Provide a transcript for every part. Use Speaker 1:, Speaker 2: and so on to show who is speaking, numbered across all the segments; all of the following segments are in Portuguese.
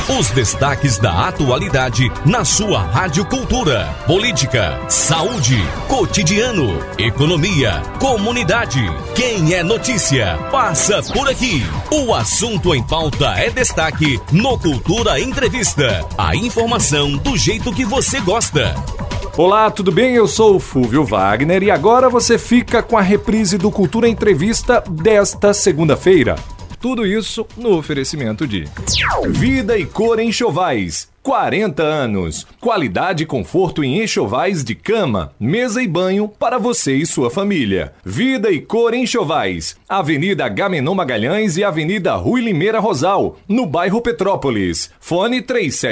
Speaker 1: Os destaques da atualidade na sua Rádio Cultura. Política, saúde, cotidiano, economia, comunidade. Quem é notícia, passa por aqui. O assunto em pauta é destaque no Cultura Entrevista. A informação do jeito que você gosta.
Speaker 2: Olá, tudo bem? Eu sou o Fúvio Wagner e agora você fica com a reprise do Cultura Entrevista desta segunda-feira. Tudo isso no oferecimento de Vida e Cor Enxovais. 40 anos. Qualidade e conforto em enxovais de cama, mesa e banho para você e sua família. Vida e Cor Enxovais. Avenida Agamenon Magalhães e Avenida Rui Limeira Rosal, no bairro Petrópolis. Fone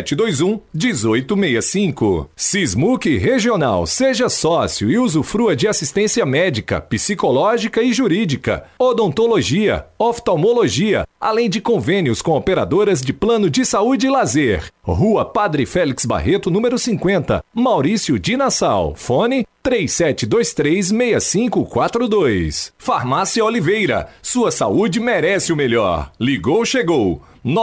Speaker 2: 3721-1865. Sismuc Regional. Seja sócio e usufrua de assistência médica, psicológica e jurídica, odontologia, oftalmologia, além de convênios com operadoras de plano de saúde e lazer. Rua Padre Félix Barreto, número 50, Maurício de Nassau. Fone 3723-6542. Farmácia Oliveira. Sua saúde merece o melhor. Ligou, chegou.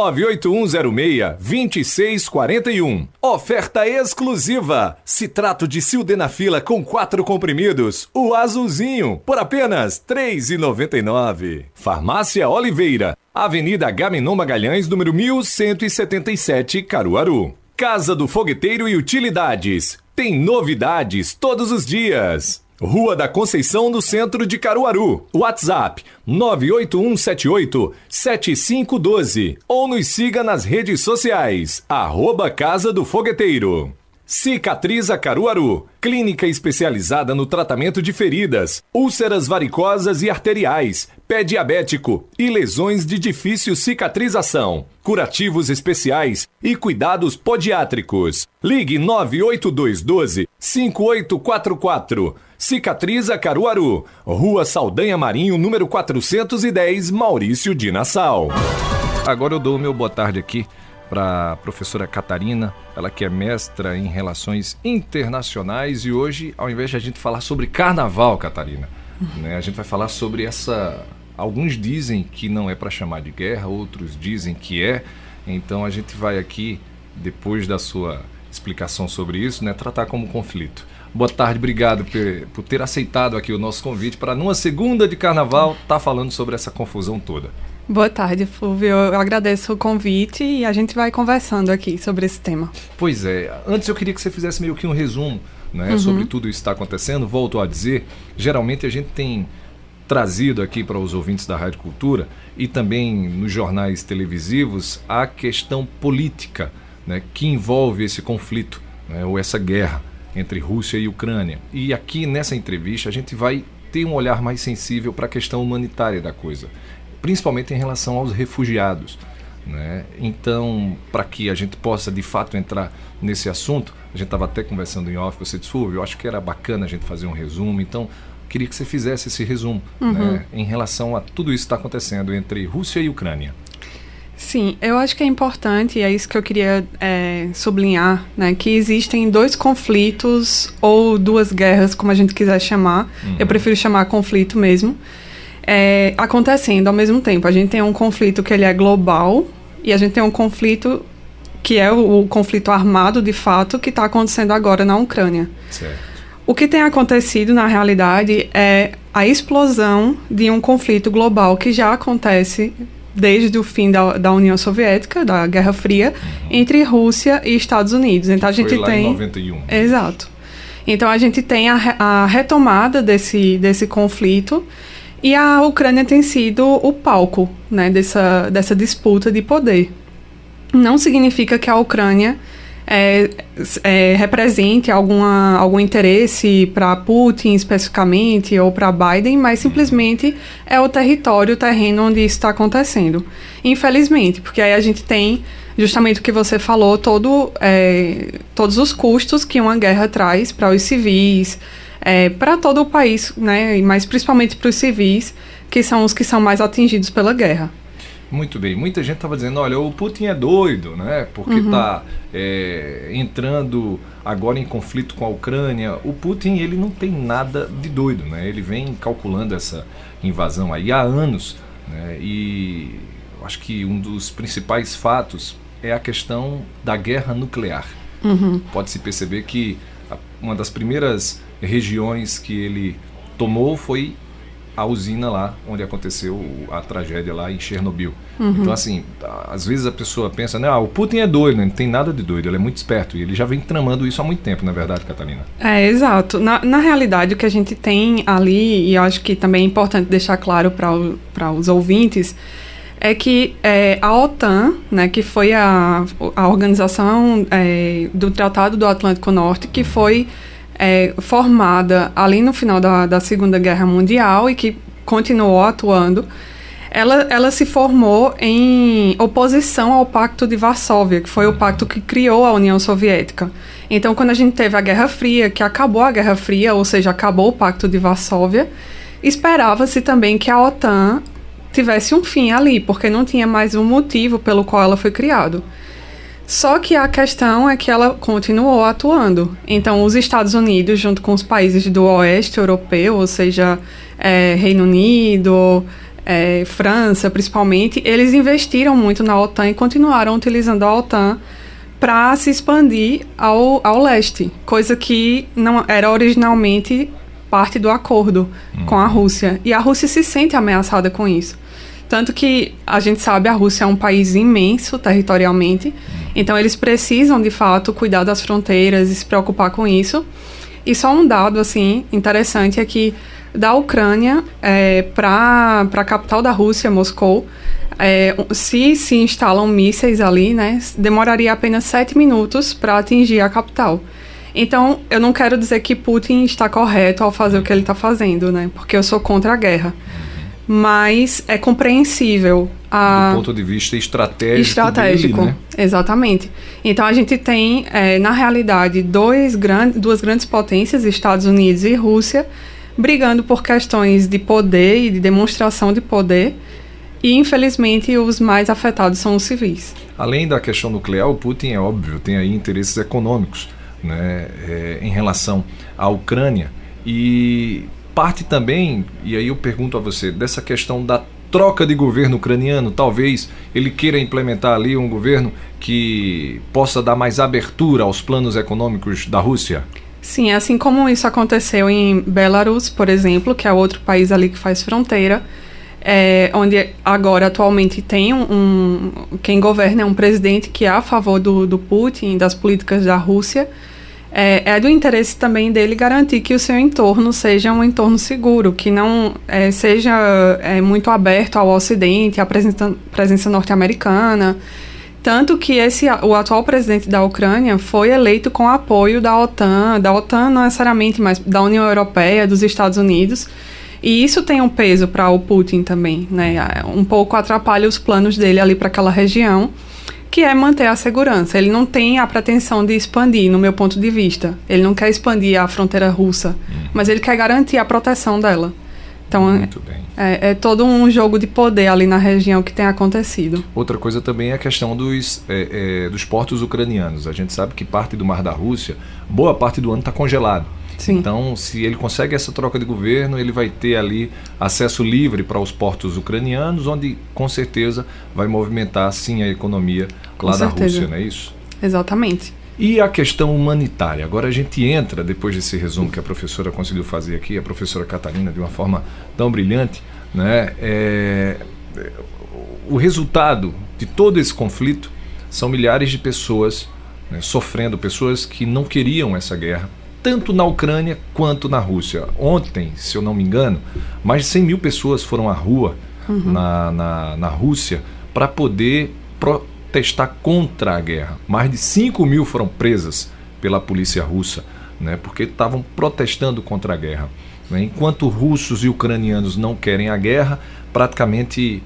Speaker 2: 98106-2641. Oferta exclusiva. Citrato de sildenafila com 4 comprimidos. O azulzinho, por apenas R$ 3,99. Farmácia Oliveira. Avenida Agamenon Magalhães, número 1177, Caruaru. Casa do Fogueteiro e Utilidades. Tem novidades todos os dias. Rua da Conceição, no centro de Caruaru. WhatsApp 98178-7512. Ou nos siga nas redes sociais. @Casa do Fogueteiro. Cicatriza Caruaru, clínica especializada no tratamento de feridas, úlceras varicosas e arteriais, pé diabético e lesões de difícil cicatrização, curativos especiais e cuidados podiátricos. Ligue 98212-5844. Cicatriza Caruaru, Rua Saldanha Marinho, número 410, Maurício de Nassau. Agora eu dou o meu boa tarde aqui para a professora Catarina, ela que é mestra em Relações Internacionais, e hoje, ao invés de a gente falar sobre carnaval, Catarina, a gente vai falar sobre essa... Alguns dizem que não é para chamar de guerra, outros dizem que é, então a gente vai aqui, depois da sua explicação sobre isso, tratar como conflito. Boa tarde, obrigado por ter aceitado aqui o nosso convite para, numa segunda de carnaval, estar falando sobre essa confusão toda.
Speaker 3: Boa tarde, Fúvio. Eu agradeço o convite e a gente vai conversando aqui sobre esse tema.
Speaker 2: Pois é. Antes eu queria que você fizesse meio que um resumo, sobre tudo isso que está acontecendo. Volto a dizer, geralmente a gente tem trazido aqui para os ouvintes da Rádio Cultura e também nos jornais televisivos a questão política, que envolve esse conflito, ou essa guerra entre Rússia e Ucrânia. E aqui nessa entrevista a gente vai ter um olhar mais sensível para a questão humanitária da coisa, principalmente em relação aos refugiados. Então, para que a gente possa de fato entrar nesse assunto, a gente estava até conversando em off, você disse, Fúvio, eu acho que era bacana a gente fazer um resumo, então queria que você fizesse esse resumo em relação a tudo isso que está acontecendo entre Rússia e Ucrânia.
Speaker 3: Sim, eu acho que é importante, e é isso que eu queria sublinhar, que existem dois conflitos ou duas guerras, como a gente quiser chamar. Eu prefiro chamar conflito mesmo, acontecendo ao mesmo tempo. A gente tem um conflito que ele é global e a gente tem um conflito que é o conflito armado, de fato, que está acontecendo agora na Ucrânia.
Speaker 2: Certo.
Speaker 3: O que tem acontecido, na realidade, é a explosão de um conflito global que já acontece desde o fim da União Soviética, da Guerra Fria, entre Rússia e Estados Unidos. Então, a gente
Speaker 2: foi lá em 91.
Speaker 3: Exato. Então, a gente tem a retomada desse conflito. E a Ucrânia tem sido o palco, dessa disputa de poder. Não significa que a Ucrânia represente algum interesse para Putin especificamente ou para Biden, mas simplesmente é o terreno onde isso está acontecendo. Infelizmente, porque aí a gente tem justamente o que você falou, todos os custos que uma guerra traz para os civis, para todo o país, mas principalmente para os civis, que são os que são mais atingidos pela guerra.
Speaker 2: Muito bem. Muita gente estava dizendo, olha, o Putin é doido, porque está entrando agora em conflito com a Ucrânia. O Putin, ele não tem nada de doido, Ele vem calculando essa invasão aí há anos, E eu acho que um dos principais fatos é a questão da guerra nuclear. Pode-se perceber que uma das primeiras regiões que ele tomou foi a usina lá, onde aconteceu a tragédia lá em Chernobyl. Então, assim, às vezes a pessoa pensa, né, o Putin é doido, não tem nada de doido, ele é muito esperto, e ele já vem tramando isso há muito tempo, não é verdade, Catalina?
Speaker 3: Exato. Na realidade, o que a gente tem ali, e eu acho que também é importante deixar claro para os ouvintes, é que a OTAN, né, que foi a organização do Tratado do Atlântico Norte, que foi formada ali no final da Segunda Guerra Mundial e que continuou atuando, ela se formou em oposição ao Pacto de Varsóvia, que foi o pacto que criou a União Soviética. Então, quando a gente teve a Guerra Fria, que acabou a Guerra Fria, ou seja, acabou o Pacto de Varsóvia, esperava-se também que a OTAN tivesse um fim ali, porque não tinha mais um motivo pelo qual ela foi criada. Só que a questão é que ela continuou atuando. Então, os Estados Unidos, junto com os países do oeste europeu, ou seja, Reino Unido, França, principalmente, eles investiram muito na OTAN e continuaram utilizando a OTAN para se expandir ao leste, coisa que não era originalmente parte do acordo com a Rússia. E a Rússia se sente ameaçada com isso. Tanto que a gente sabe, a Rússia é um país imenso territorialmente, então eles precisam, de fato, cuidar das fronteiras e se preocupar com isso. E só um dado, assim, interessante é que da Ucrânia para a capital da Rússia, Moscou, se instalam mísseis ali, né, demoraria apenas 7 minutos para atingir a capital. Então, eu não quero dizer que Putin está correto ao fazer o que ele está fazendo, né, porque eu sou contra a guerra. Mas é compreensível.
Speaker 2: Do ponto de vista estratégico dele, né?
Speaker 3: Exatamente. Então, a gente tem, na realidade, duas grandes potências, Estados Unidos e Rússia, brigando por questões de poder e de demonstração de poder. E, infelizmente, os mais afetados são os civis.
Speaker 2: Além da questão nuclear, o Putin, é óbvio, tem aí interesses econômicos, né, em relação à Ucrânia. E parte também, e aí eu pergunto a você, dessa questão da troca de governo ucraniano. Talvez ele queira implementar ali um governo que possa dar mais abertura aos planos econômicos da Rússia?
Speaker 3: Sim, assim como isso aconteceu em Belarus, por exemplo, que é outro país ali que faz fronteira, onde agora atualmente tem quem governa é um presidente que é a favor do Putin, das políticas da Rússia. É do interesse também dele garantir que o seu entorno seja um entorno seguro, que não seja muito aberto ao Ocidente, à presença norte-americana. Tanto que o atual presidente da Ucrânia foi eleito com apoio da OTAN não necessariamente, mas da União Europeia, dos Estados Unidos. E isso tem um peso para o Putin também, né? Um pouco atrapalha os planos dele ali para aquela região, que é manter a segurança. Ele não tem a pretensão de expandir, no meu ponto de vista. Ele não quer expandir a fronteira russa, mas ele quer garantir a proteção dela. Então,
Speaker 2: muito bem.
Speaker 3: É todo um jogo de poder ali na região que tem acontecido.
Speaker 2: Outra coisa também é a questão dos portos ucranianos. A gente sabe que parte do Mar da Rússia, boa parte do ano está congelado.
Speaker 3: Sim.
Speaker 2: Então, se ele consegue essa troca de governo, ele vai ter ali acesso livre para os portos ucranianos, onde com certeza vai movimentar sim a economia lá da Rússia, não é isso?
Speaker 3: Exatamente.
Speaker 2: E a questão humanitária? Agora a gente entra, depois desse resumo que a professora conseguiu fazer aqui, a professora Catalina, de uma forma tão brilhante, né? O resultado de todo esse conflito são milhares de pessoas, né, sofrendo, pessoas que não queriam essa guerra, tanto na Ucrânia quanto na Rússia. Ontem, se eu não me engano, mais de 100 mil pessoas foram à rua na Rússia para poder protestar contra a guerra. Mais de 5 mil foram presas pela polícia russa, né, porque estavam protestando contra a guerra. Né. Enquanto russos e ucranianos não querem a guerra, praticamente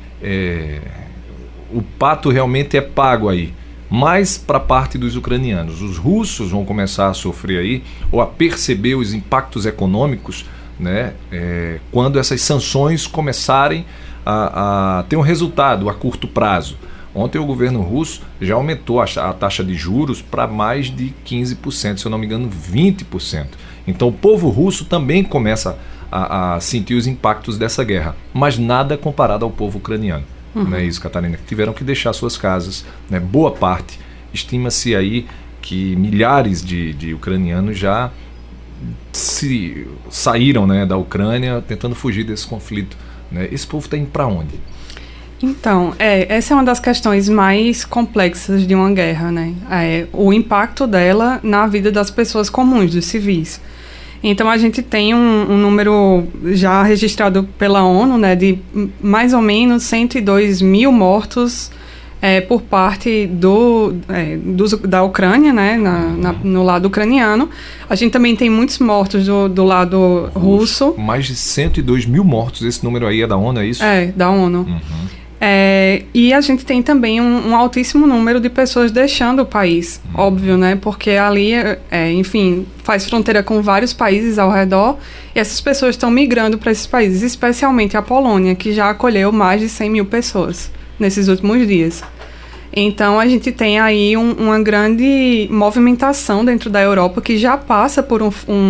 Speaker 2: o pato realmente é pago aí. Mas para a parte dos ucranianos, os russos vão começar a sofrer aí, ou a perceber os impactos econômicos, né, quando essas sanções começarem a ter um resultado a curto prazo. Ontem o governo russo já aumentou a taxa de juros para mais de 15%, se eu não me engano 20%. Então o povo russo também começa a sentir os impactos dessa guerra, mas nada comparado ao povo ucraniano. não é isso, Catarina? Que tiveram que deixar suas casas, né? Boa parte. Estima-se aí que milhares de ucranianos já saíram, né, da Ucrânia tentando fugir desse conflito, né? Esse povo está indo para onde?
Speaker 3: Então, essa é uma das questões mais complexas de uma guerra, né? O impacto dela na vida das pessoas comuns, dos civis. Então, a gente tem um número já registrado pela ONU, né, de mais ou menos 102 mil mortos por parte da Ucrânia, né, no lado ucraniano. A gente também tem muitos mortos do lado russo.
Speaker 2: Mais de 102 mil mortos, esse número aí é da ONU, é isso?
Speaker 3: Da ONU. E a gente tem também um altíssimo número de pessoas deixando o país, óbvio, né? Porque ali, enfim, faz fronteira com vários países ao redor e essas pessoas estão migrando para esses países, especialmente a Polônia, que já acolheu mais de 100 mil pessoas nesses últimos dias. Então, a gente tem aí uma grande movimentação dentro da Europa que já passa por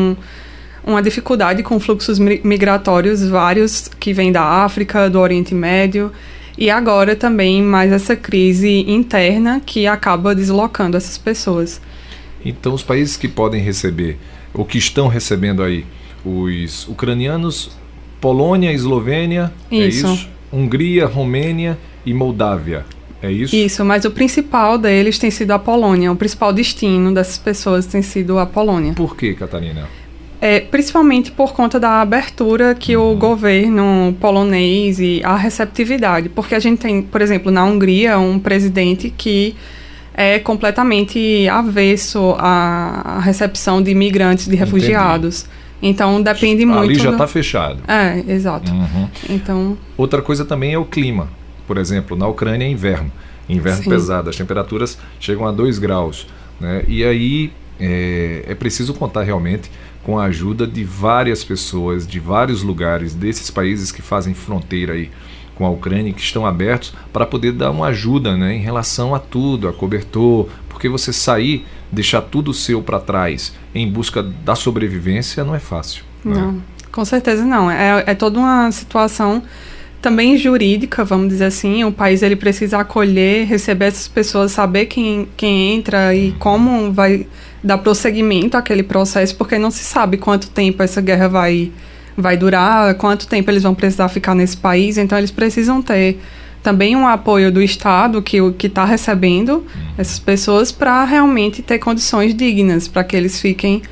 Speaker 3: uma dificuldade com fluxos migratórios vários que vêm da África, do Oriente Médio. E agora também mais essa crise interna que acaba deslocando essas pessoas.
Speaker 2: Então os países que podem receber, ou que estão recebendo aí, os ucranianos, Polônia, Eslovênia,
Speaker 3: isso.
Speaker 2: É isso? Hungria, Romênia e Moldávia, é isso?
Speaker 3: Isso, mas o principal deles tem sido a Polônia. O principal destino dessas pessoas tem sido a Polônia.
Speaker 2: Por quê, Catarina?
Speaker 3: Principalmente por conta da abertura que o governo polonês e a receptividade. Porque a gente tem, por exemplo, na Hungria, um presidente que é completamente avesso à recepção de imigrantes, de refugiados. Então, depende muito...
Speaker 2: Ali já está fechado.
Speaker 3: Exato. Então...
Speaker 2: Outra coisa também é o clima. Por exemplo, na Ucrânia é inverno. Inverno
Speaker 3: Sim.
Speaker 2: pesado. As temperaturas chegam a 2 graus. Né? E aí é preciso contar realmente com a ajuda de várias pessoas, de vários lugares, desses países que fazem fronteira aí com a Ucrânia, que estão abertos para poder dar uma ajuda, né, em relação a tudo, a cobertor, porque você sair, deixar tudo seu para trás em busca da sobrevivência não é fácil.
Speaker 3: Não, né? Com certeza não. É toda uma situação também jurídica, vamos dizer assim. O país ele precisa acolher, receber essas pessoas, saber quem entra e como vai dar prosseguimento àquele processo, porque não se sabe quanto tempo essa guerra vai durar, quanto tempo eles vão precisar ficar nesse país. Então, eles precisam ter também um apoio do Estado que está recebendo essas pessoas para realmente ter condições dignas para que eles fiquem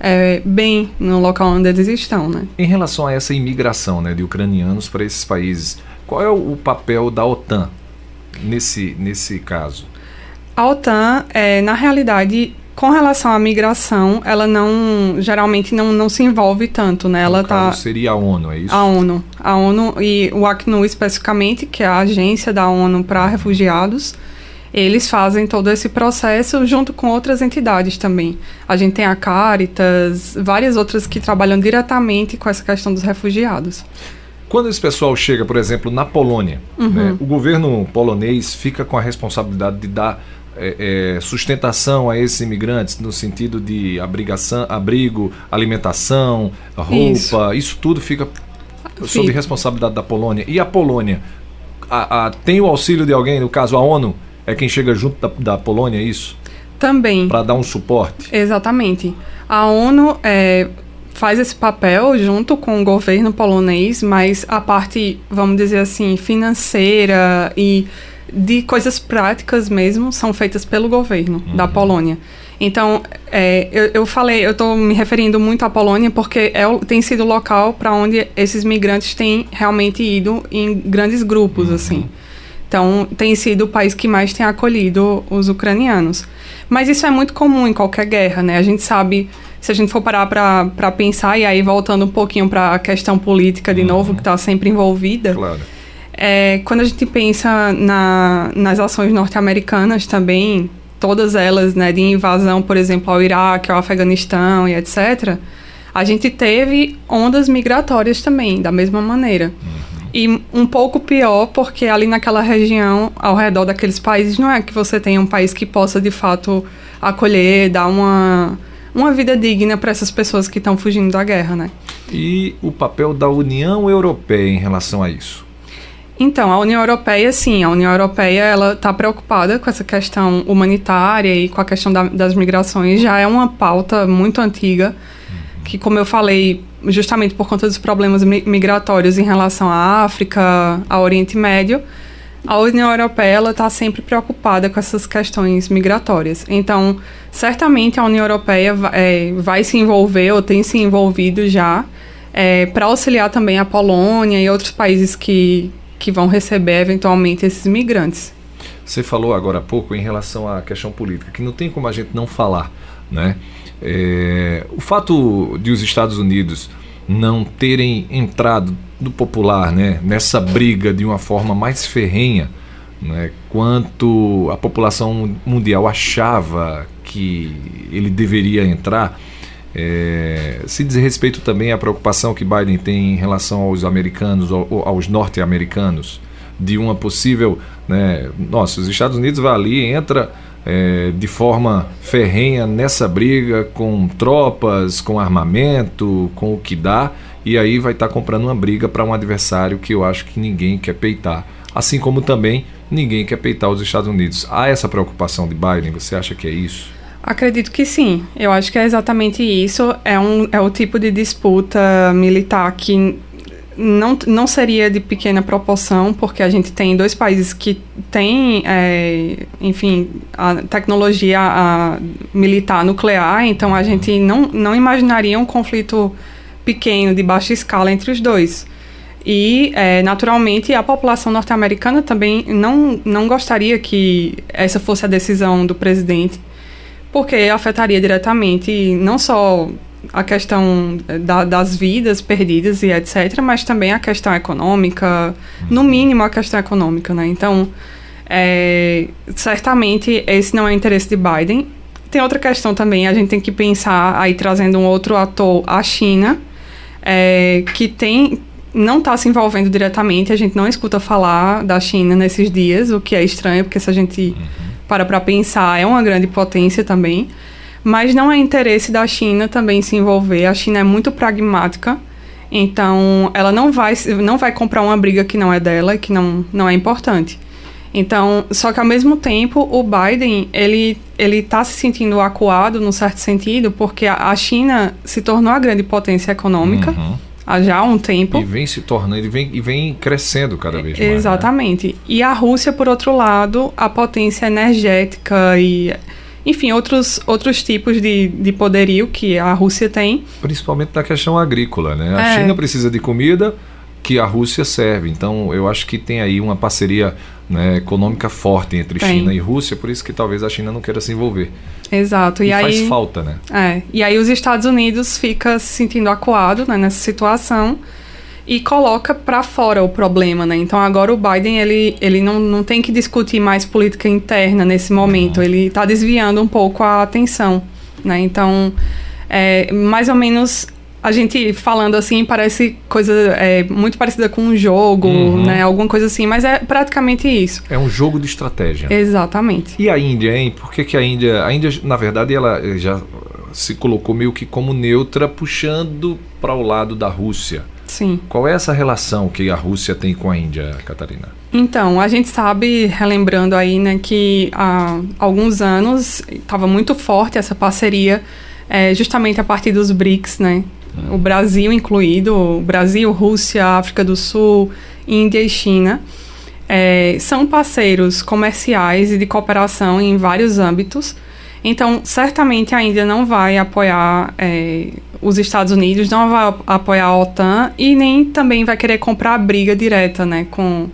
Speaker 3: bem no local onde eles estão, né?
Speaker 2: Em relação a essa imigração, né, de ucranianos para esses países, qual é o papel da OTAN nesse caso? A
Speaker 3: OTAN, na realidade, com relação à migração, ela geralmente não se envolve tanto, né?
Speaker 2: No caso seria a ONU, é isso?
Speaker 3: A ONU e o Acnur especificamente, que é a agência da ONU para refugiados, eles fazem todo esse processo junto com outras entidades também. A gente tem a Caritas, várias outras que trabalham diretamente com essa questão dos refugiados.
Speaker 2: Quando esse pessoal chega, por exemplo, na Polônia, né, o governo polonês fica com a responsabilidade de dar sustentação a esses imigrantes no sentido de abrigo, alimentação, roupa, isso tudo fica sob responsabilidade da Polônia. E a Polônia tem o auxílio de alguém, no caso a ONU, é quem chega junto da Polônia, é isso?
Speaker 3: Também.
Speaker 2: Para dar um suporte?
Speaker 3: Exatamente. A ONU faz esse papel junto com o governo polonês, mas a parte, vamos dizer assim, financeira e de coisas práticas mesmo são feitas pelo governo da Polônia. Então, eu estou me referindo muito à Polônia porque tem sido o local para onde esses migrantes têm realmente ido em grandes grupos, assim. Então, tem sido o país que mais tem acolhido os ucranianos. Mas isso é muito comum em qualquer guerra, né? A gente sabe, se a gente for parar para pensar, e aí voltando um pouquinho para a questão política de novo, que está sempre envolvida.
Speaker 2: Claro.
Speaker 3: Quando a gente pensa nas ações norte-americanas também, todas elas, né, de invasão, por exemplo, ao Iraque, ao Afeganistão e etc., a gente teve ondas migratórias também, da mesma maneira. E um pouco pior, porque ali naquela região, ao redor daqueles países, não é que você tenha um país que possa, de fato, acolher, dar uma vida digna para essas pessoas que estão fugindo da guerra, né?
Speaker 2: E o papel da União Europeia em relação a isso?
Speaker 3: Então, a União Europeia, sim, a União Europeia ela está preocupada com essa questão humanitária e com a questão das migrações. Já é uma pauta muito antiga, que, como eu falei, justamente por conta dos problemas migratórios em relação à África, ao Oriente Médio, a União Europeia está sempre preocupada com essas questões migratórias. Então, certamente a União Europeia vai se envolver ou tem se envolvido já para auxiliar também a Polônia e outros países que vão receber eventualmente esses migrantes.
Speaker 2: Você falou agora há pouco em relação à questão política, que não tem como a gente não falar, né? O fato de os Estados Unidos não terem entrado do popular, né, nessa briga de uma forma mais ferrenha, né, quanto a população mundial achava que ele deveria entrar, se diz respeito também à preocupação que Biden tem em relação aos americanos, aos norte-americanos, de uma possível, né, nossa, os Estados Unidos vai ali, entra de forma ferrenha nessa briga com tropas, com armamento, com o que dá, e aí vai estar comprando uma briga para um adversário que eu acho que ninguém quer peitar, assim como também ninguém quer peitar os Estados Unidos. Há essa preocupação de Biden? Você acha que é isso?
Speaker 3: Acredito que sim. Eu acho que é exatamente isso. É o tipo de disputa militar que não seria de pequena proporção, porque a gente tem dois países que têm, enfim, a tecnologia militar nuclear, então a gente não imaginaria um conflito pequeno, de baixa escala entre os dois. E, naturalmente, a população norte-americana também não gostaria que essa fosse a decisão do presidente, porque afetaria diretamente não só a questão das vidas perdidas e etc., mas também a questão econômica, no mínimo a questão econômica, né? Então, certamente esse não é o interesse de Biden. Tem outra questão também, a gente tem que pensar, aí trazendo um outro ator, a China, que não está se envolvendo diretamente, a gente não escuta falar da China nesses dias, o que é estranho, porque se a gente para pensar, é uma grande potência também, mas não é interesse da China também se envolver. A China é muito pragmática, então ela não vai comprar uma briga que não é dela e que não é importante. Então, só que ao mesmo tempo, o Biden, ele está se sentindo acuado, num certo sentido, porque a China se tornou a grande potência econômica há já um tempo. E
Speaker 2: vem se tornando, e vem crescendo cada vez mais.
Speaker 3: Exatamente. Né? E a Rússia, por outro lado, a potência energética e, enfim, outros tipos de poderio que a Rússia tem.
Speaker 2: Principalmente na questão agrícola, né? A China precisa de comida que a Rússia serve. Então, eu acho que tem aí uma parceria, né, econômica forte entre China e Rússia, por isso que talvez a China não queira se envolver.
Speaker 3: Exato.
Speaker 2: E faz falta, né?
Speaker 3: E aí os Estados Unidos fica se sentindo acuado, né, nessa situação e coloca para fora o problema, né? Então agora o Biden, ele não tem que discutir mais política interna nesse momento, ele está desviando um pouco a atenção, né? Então, mais ou menos, a gente falando assim, parece coisa muito parecida com um jogo, né? Alguma coisa assim, mas é praticamente isso.
Speaker 2: É um jogo de estratégia.
Speaker 3: Exatamente.
Speaker 2: E a Índia, hein? Por que a Índia, na verdade, ela já se colocou meio que como neutra, puxando para o lado da Rússia.
Speaker 3: Sim.
Speaker 2: Qual é essa relação que a Rússia tem com a Índia, Catarina?
Speaker 3: Então, a gente sabe, relembrando aí, né, que há alguns anos estava muito forte essa parceria, justamente a partir dos BRICS, né? O Brasil incluído, Brasil, Rússia, África do Sul, Índia e China, são parceiros comerciais e de cooperação em vários âmbitos. Então, certamente a Índia não vai apoiar os Estados Unidos, não vai apoiar a OTAN e nem também vai querer comprar a briga direta, né, com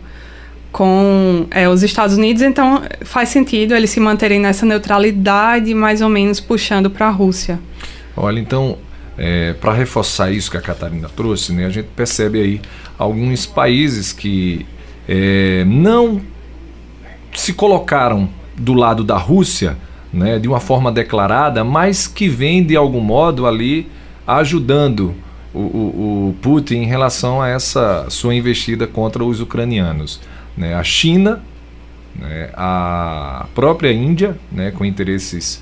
Speaker 3: os Estados Unidos. Então, faz sentido eles se manterem nessa neutralidade, mais ou menos puxando para a Rússia.
Speaker 2: Olha, então, para reforçar isso que a Catarina trouxe, né, a gente percebe aí alguns países que não se colocaram do lado da Rússia, né, de uma forma declarada, mas que vem de algum modo ali ajudando o Putin em relação a essa sua investida contra os ucranianos, né? A China, né, a própria Índia, né, com interesses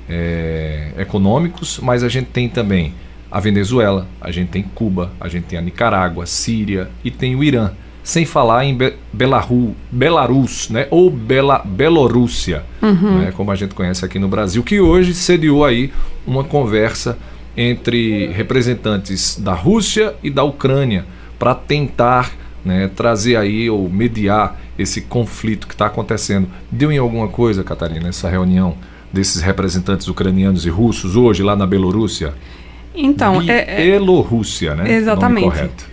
Speaker 2: econômicos, mas a gente tem também a Venezuela, a gente tem Cuba, a gente tem a Nicarágua, Síria e tem o Irã, sem falar em Belarus, né? Ou Belorússia, né? Como a gente conhece aqui no Brasil, que hoje sediou aí uma conversa entre representantes da Rússia e da Ucrânia para tentar, né, trazer aí ou mediar esse conflito que está acontecendo. Deu em alguma coisa, Catarina, essa reunião desses representantes ucranianos e russos hoje lá na Bielorrússia?
Speaker 3: Então,
Speaker 2: Bielorrússia, né?
Speaker 3: Exatamente.
Speaker 2: Nome correto.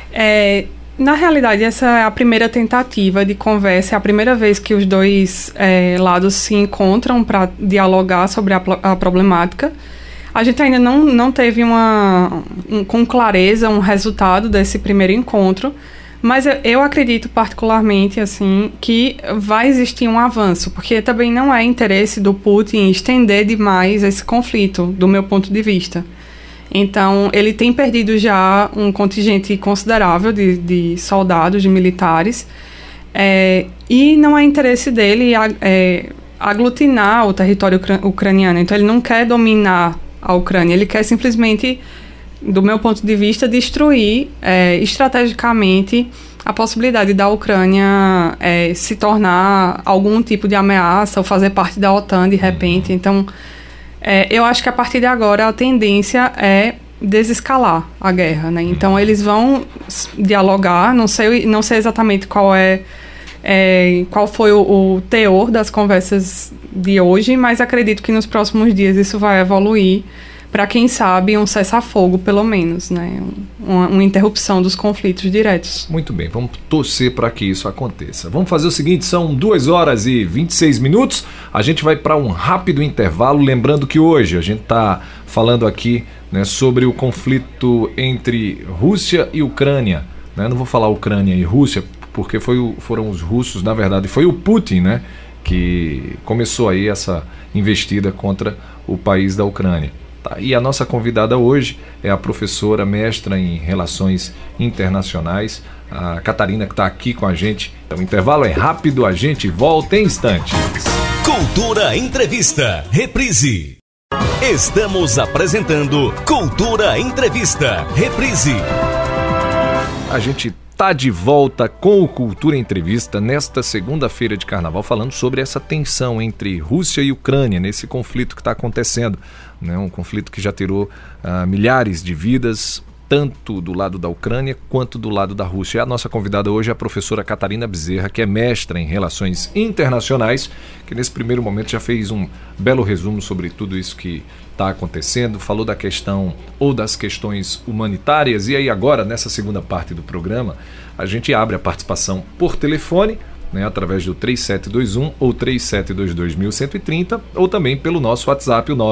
Speaker 3: Na realidade, essa é a primeira tentativa de conversa, é a primeira vez que os dois lados se encontram para dialogar sobre a problemática. A gente ainda não teve com clareza um resultado desse primeiro encontro, mas eu acredito particularmente assim, que vai existir um avanço, porque também não é interesse do Putin estender demais esse conflito, do meu ponto de vista. Então, ele tem perdido já um contingente considerável de soldados, de militares, e não é interesse dele aglutinar o território ucraniano. Então, ele não quer dominar a Ucrânia, ele quer simplesmente, do meu ponto de vista, destruir estrategicamente a possibilidade da Ucrânia se tornar algum tipo de ameaça ou fazer parte da OTAN de repente. Então, eu acho que a partir de agora a tendência é desescalar a guerra, né? Então, eles vão dialogar, não sei exatamente qual foi o teor das conversas de hoje, mas acredito que nos próximos dias isso vai evoluir para, quem sabe, um cessar-fogo, pelo menos, né? Uma interrupção dos conflitos diretos.
Speaker 2: Muito bem, vamos torcer para que isso aconteça. Vamos fazer o seguinte, são 2h26, a gente vai para um rápido intervalo, lembrando que hoje a gente está falando aqui, né, sobre o conflito entre Rússia e Ucrânia, né? Não vou falar Ucrânia e Rússia, porque foram os russos, na verdade, foi o Putin, né, que começou aí essa investida contra o país da Ucrânia. Tá? E a nossa convidada hoje é a professora mestra em Relações Internacionais, a Catarina, que está aqui com a gente. O intervalo é rápido, a gente volta em instantes.
Speaker 1: Cultura Entrevista, reprise. Estamos apresentando Cultura Entrevista, reprise.
Speaker 2: A gente está de volta com o Cultura Entrevista nesta segunda-feira de carnaval, falando sobre essa tensão entre Rússia e Ucrânia, nesse conflito que está acontecendo, né? Um conflito que já tirou milhares de vidas, tanto do lado da Ucrânia quanto do lado da Rússia. A nossa convidada hoje é a professora Catarina Bezerra, que é mestra em Relações Internacionais, que nesse primeiro momento já fez um belo resumo sobre tudo isso que está acontecendo, falou da questão ou das questões humanitárias. E aí agora, nessa segunda parte do programa, a gente abre a participação por telefone, né, através do 3721 ou 3722.130, ou também pelo nosso WhatsApp, o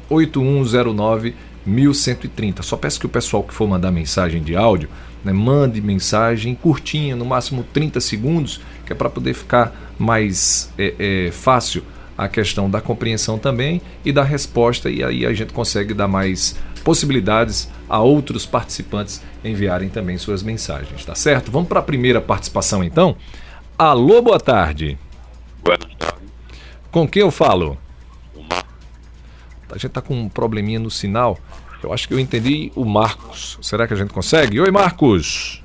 Speaker 2: 98109.1130. Só peço que o pessoal que for mandar mensagem de áudio, né, mande mensagem curtinha, no máximo 30 segundos, que é para poder ficar mais fácil a questão da compreensão também e da resposta, e aí a gente consegue dar mais possibilidades a outros participantes enviarem também suas mensagens, tá certo? Vamos para a primeira participação então. Alô, boa tarde.
Speaker 4: Boa tarde.
Speaker 2: Com quem eu falo?
Speaker 4: O Marcos.
Speaker 2: A gente está com um probleminha no sinal. Eu acho que eu entendi o Marcos. Será que a gente consegue? Oi, Marcos.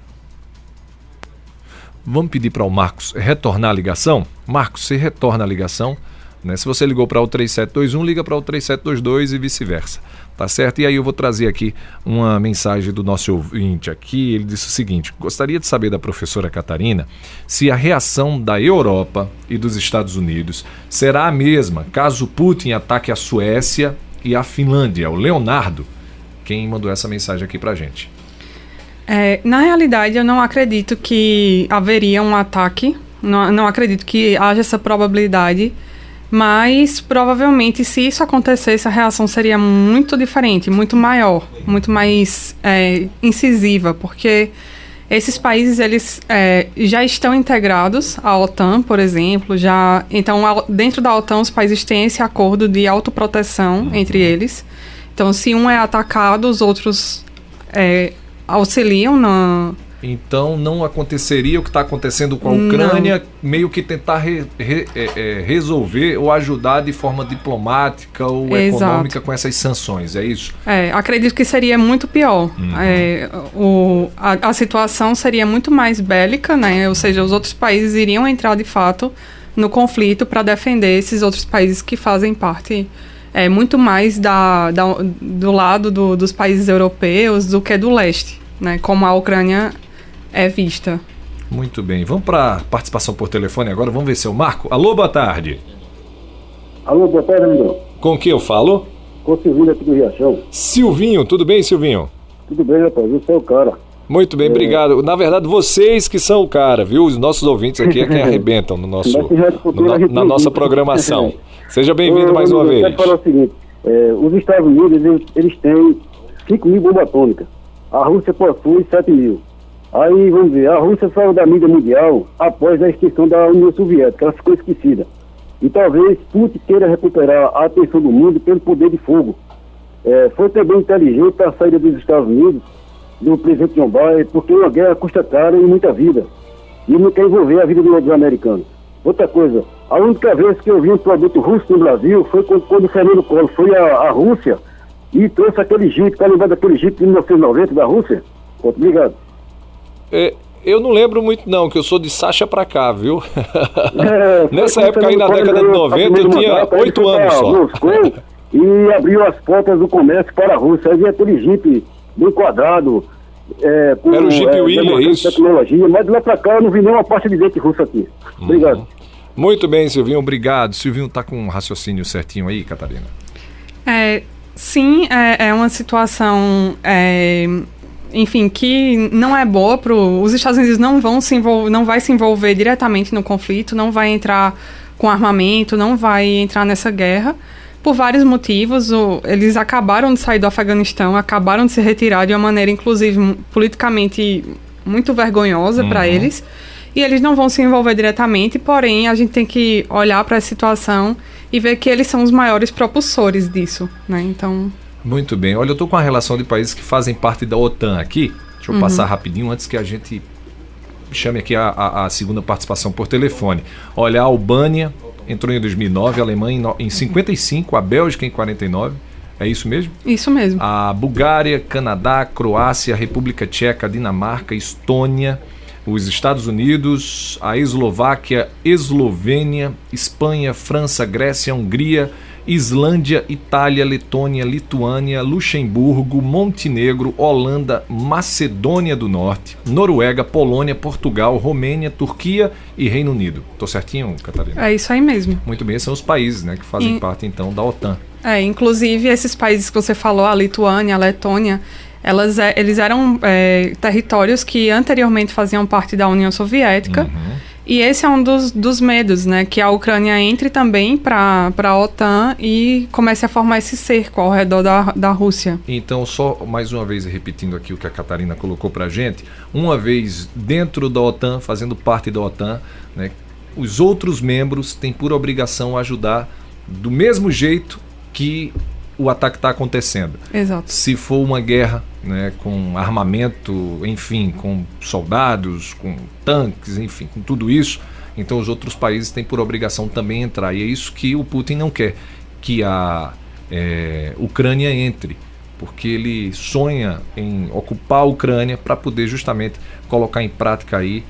Speaker 2: Vamos pedir para o Marcos retornar a ligação? Marcos, você retorna a ligação, né? Se você ligou para o 3721, liga para o 3722 e vice-versa, tá certo? E aí eu vou trazer aqui uma mensagem do nosso ouvinte aqui. Ele disse o seguinte: gostaria de saber da professora Catarina se a reação da Europa e dos Estados Unidos será a mesma caso Putin ataque a Suécia e a Finlândia. O Leonardo, quem mandou essa mensagem aqui pra gente.
Speaker 3: Na realidade, eu não acredito que haveria um ataque, não acredito que haja essa probabilidade. Mas, provavelmente, se isso acontecesse, a reação seria muito diferente, muito maior, muito mais incisiva, porque esses países eles já estão integrados à OTAN, por exemplo. Então, dentro da OTAN, os países têm esse acordo de autoproteção entre eles. Então, se um é atacado, os outros auxiliam
Speaker 2: Então não aconteceria o que está acontecendo com a Ucrânia, meio que tentar resolver ou ajudar de forma diplomática ou econômica com essas sanções, é isso?
Speaker 3: Acredito que seria muito pior. A situação seria muito mais bélica, né? Ou seja, os outros países iriam entrar de fato no conflito para defender esses outros países que fazem parte muito mais do lado dos países europeus do que do leste, né? Como a Ucrânia é vista.
Speaker 2: Muito bem. Vamos para a participação por telefone agora. Vamos ver se é o Marco. Alô, boa tarde.
Speaker 5: Alô, boa tarde, André.
Speaker 2: Com quem eu falo?
Speaker 5: Com o Silvinho aqui do Riachão.
Speaker 2: Silvinho, tudo bem, Silvinho?
Speaker 5: Tudo bem, rapaz. Você é o cara.
Speaker 2: Muito bem, obrigado. Na verdade, vocês que são o cara, viu? Os nossos ouvintes aqui é quem arrebentam na nossa programação. Seja bem-vindo mais uma vez.
Speaker 5: Eu quero falar o seguinte. Os Estados Unidos, eles têm 5.000 bombas atômicas. A Rússia possui 7.000. Aí, vamos ver, a Rússia saiu da mídia mundial após a extinção da União Soviética, ela ficou esquecida. E talvez Putin queira recuperar a atenção do mundo pelo poder de fogo. Foi também inteligente a saída dos Estados Unidos, do presidente John Biden, porque uma guerra custa caro e muita vida. E não quer envolver a vida dos americanos. Outra coisa, a única vez que eu vi um produto russo no Brasil foi quando o Fernando Collor foi à Rússia e trouxe aquele Jeep, tá lembrado daquele Jeep de 1990 da Rússia? Obrigado.
Speaker 2: Eu não lembro muito não, que eu sou de Sacha pra cá, viu? Nessa época aí, na década de 90, eu tinha 8 anos só.
Speaker 5: Moscou, e abriu as portas do comércio para a Rússia. Aí vinha aquele Jeep bem quadrado.
Speaker 2: Era o Jeep Wheeler, isso?
Speaker 5: Tecnologia, mas de lá pra cá eu não vi nenhuma parte de dente russa aqui. Obrigado.
Speaker 2: Muito bem, Silvinho, obrigado. Silvinho tá com um raciocínio certinho aí, Catarina?
Speaker 3: Sim, é uma situação... enfim, que não é boa os Estados Unidos não vai se envolver diretamente no conflito, não vai entrar com armamento, não vai entrar nessa guerra, por vários motivos. Eles acabaram de sair do Afeganistão, acabaram de se retirar de uma maneira, inclusive, politicamente muito vergonhosa para eles, e eles não vão se envolver diretamente, porém, a gente tem que olhar para a situação e ver que eles são os maiores propulsores disso, né? Então...
Speaker 2: Muito bem. Olha, eu estou com a relação de países que fazem parte da OTAN aqui. Deixa eu passar rapidinho antes que a gente chame aqui a segunda participação por telefone. Olha, a Albânia entrou em 2009, a Alemanha em 55, a Bélgica em 49. É isso mesmo?
Speaker 3: Isso mesmo.
Speaker 2: A Bulgária, Canadá, Croácia, República Tcheca, Dinamarca, Estônia, os Estados Unidos, a Eslováquia, Eslovênia, Espanha, França, Grécia, Hungria, Islândia, Itália, Letônia, Lituânia, Luxemburgo, Montenegro, Holanda, Macedônia do Norte, Noruega, Polônia, Portugal, Romênia, Turquia e Reino Unido. Tô certinho, Catarina?
Speaker 3: É isso aí mesmo.
Speaker 2: Muito bem, são os países, né, que fazem parte então da OTAN.
Speaker 3: Inclusive esses países que você falou, a Lituânia, a Letônia, eles eram territórios que anteriormente faziam parte da União Soviética. E esse é um dos medos, né? Que a Ucrânia entre também para a OTAN e comece a formar esse cerco ao redor da Rússia.
Speaker 2: Então, só mais uma vez repetindo aqui o que a Catarina colocou para a gente, uma vez dentro da OTAN, fazendo parte da OTAN, né, os outros membros têm por obrigação ajudar do mesmo jeito que o ataque está acontecendo.
Speaker 3: Exato.
Speaker 2: Se for uma guerra, né, com armamento, enfim, com soldados, com tanques, enfim, com tudo isso, então os outros países têm por obrigação também entrar. E é isso que o Putin não quer, que a Ucrânia entre, porque ele sonha em ocupar a Ucrânia para poder justamente colocar em prática aí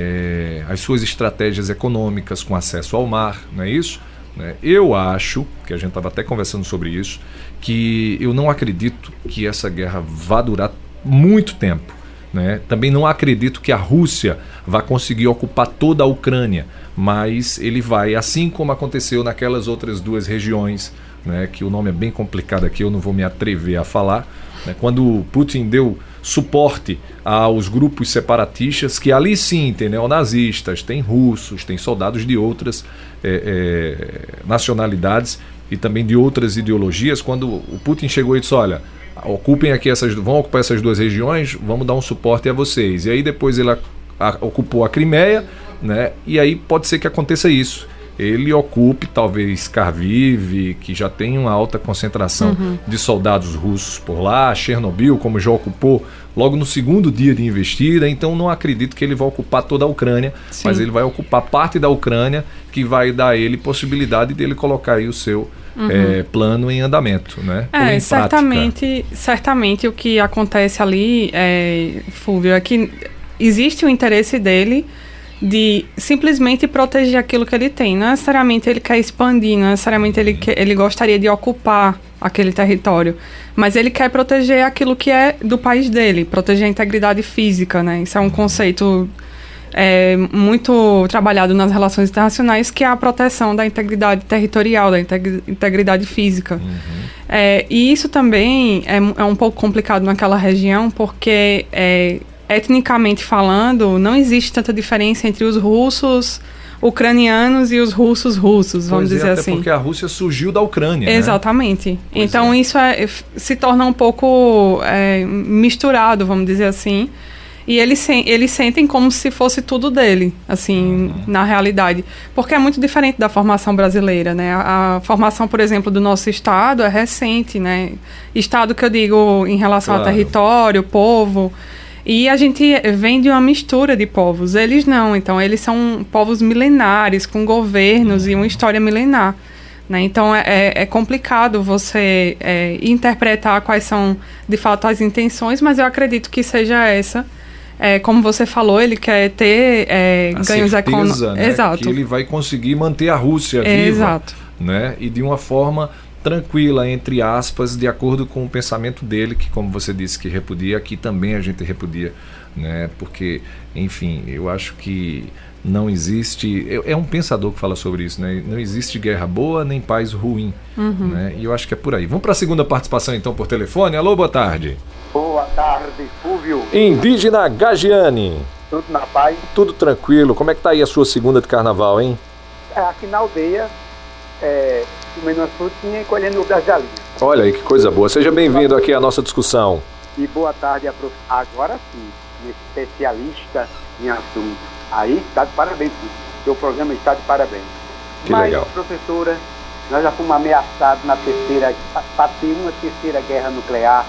Speaker 2: as suas estratégias econômicas com acesso ao mar, não é isso? Eu acho, que a gente estava até conversando sobre isso, que eu não acredito que essa guerra vá durar muito tempo, né? Também não acredito que a Rússia vá conseguir ocupar toda a Ucrânia, mas ele vai, assim como aconteceu naquelas outras duas regiões, né, que o nome é bem complicado aqui, eu não vou me atrever a falar, né, quando o Putin deu suporte aos grupos separatistas, que ali sim tem neonazistas, tem russos, tem soldados de outras nacionalidades e também de outras ideologias. Quando o Putin chegou e disse, olha, vão ocupar essas duas regiões, vamos dar um suporte a vocês. E aí depois ele ocupou a Crimeia, né, e aí pode ser que aconteça isso, ele ocupe talvez Kharkiv, que já tem uma alta concentração de soldados russos por lá, Chernobyl, como já ocupou logo no segundo dia de investida, então não acredito que ele vai ocupar toda a Ucrânia, mas ele vai ocupar parte da Ucrânia, que vai dar a ele possibilidade dele colocar aí o seu plano em andamento, né?
Speaker 3: Certamente o que acontece ali, Fúvio, é que existe o interesse dele de simplesmente proteger aquilo que ele tem. Não necessariamente ele quer expandir, não necessariamente ele gostaria de ocupar aquele território, mas ele quer proteger aquilo que é do país dele, proteger a integridade física, né? Isso é um conceito muito trabalhado nas relações internacionais, que é a proteção da integridade territorial, da integridade física. E isso também é um pouco complicado naquela região, porque etnicamente falando, não existe tanta diferença entre os russos ucranianos e os russos, vamos dizer
Speaker 2: até
Speaker 3: assim.
Speaker 2: Porque a Rússia surgiu da Ucrânia,
Speaker 3: exatamente. Né? Então isso se torna um pouco misturado, vamos dizer assim. E eles sentem como se fosse tudo dele, assim, na realidade. Porque é muito diferente da formação brasileira, né? A formação, por exemplo, do nosso Estado é recente, né? Estado que eu digo em relação ao território, povo. E a gente vem de uma mistura de povos. Eles não, então eles são povos milenares, com governos e uma história milenar. Né? Então é complicado você interpretar quais são, de fato, as intenções, mas eu acredito que seja essa. Como você falou, ele quer ter ganhos econômicos.
Speaker 2: Né? Exato. Que ele vai conseguir manter a Rússia viva.
Speaker 3: Exato.
Speaker 2: Né? E de uma forma tranquila, entre aspas, de acordo com o pensamento dele, que, como você disse, que repudia, aqui também a gente repudia, né? Porque, enfim, eu acho que não existe... É um pensador que fala sobre isso, né? Não existe guerra boa nem paz ruim, né? E eu acho que é por aí. Vamos para a segunda participação, então, por telefone. Alô, boa tarde.
Speaker 6: Boa tarde, Fúvio.
Speaker 2: Indígena Gagiani.
Speaker 6: Tudo na paz?
Speaker 2: Tudo tranquilo. Como é que tá aí a sua segunda de carnaval, hein?
Speaker 6: Aqui na aldeia, comendo uma frutinha e colhendo o das galinhas.
Speaker 2: Olha aí, que coisa boa. Seja bem-vindo aqui à nossa discussão.
Speaker 6: E boa tarde, agora sim, um especialista em assunto. Aí está de parabéns, seu programa está de parabéns.
Speaker 2: Legal.
Speaker 6: Professora, nós já fomos ameaçados para ter uma terceira guerra nuclear.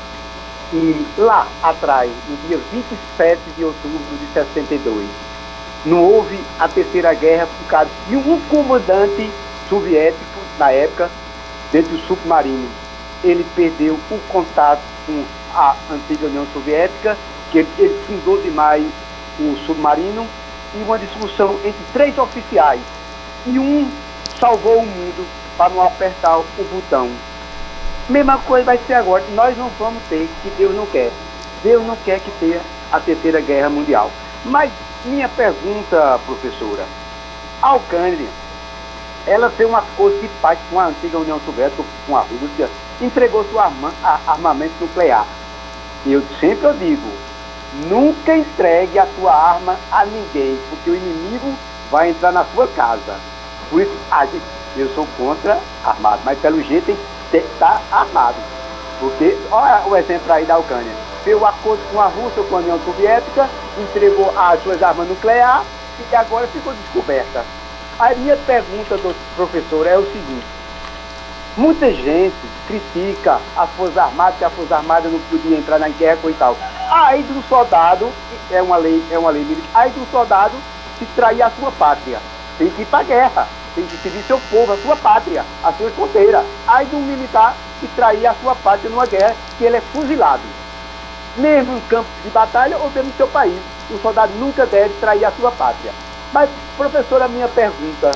Speaker 6: E lá atrás, no dia 27 de outubro de 62, não houve a terceira guerra por causa de um comandante soviético, na época, dentro do submarino. Ele perdeu o contato com a antiga União Soviética, que ele fundou demais o submarino, e uma discussão entre 3 oficiais. E um salvou o mundo para não apertar o botão. Mesma coisa vai ser agora. Nós não vamos ter, que Deus não quer. Deus não quer que tenha a terceira guerra mundial. Mas minha pergunta, professora, a Ucrânia, ela fez um acordo de paz com a antiga União Soviética, com a Rússia, entregou seu armamento nuclear. E eu digo, nunca entregue a sua arma a ninguém, porque o inimigo vai entrar na sua casa. Por isso, eu sou contra armado, mas pelo jeito tem que estar armado. Porque, olha o exemplo aí da Ucrânia. Fez o acordo com a Rússia, com a União Soviética, entregou as suas armas nucleares e agora ficou descoberta. A minha pergunta, professor, é o seguinte: muita gente critica as Forças Armadas, que a Força Armada não podia entrar na guerra e tal. Aí do soldado, é uma lei militar, aí do soldado se trair a sua pátria. Tem que ir para a guerra, tem que servir seu povo, a sua pátria, a sua fronteira. Aí do militar se trair a sua pátria numa guerra, que ele é fuzilado. Mesmo em campo de batalha ou mesmo no seu país, o soldado nunca deve trair a sua pátria. Mas, professora, a minha pergunta: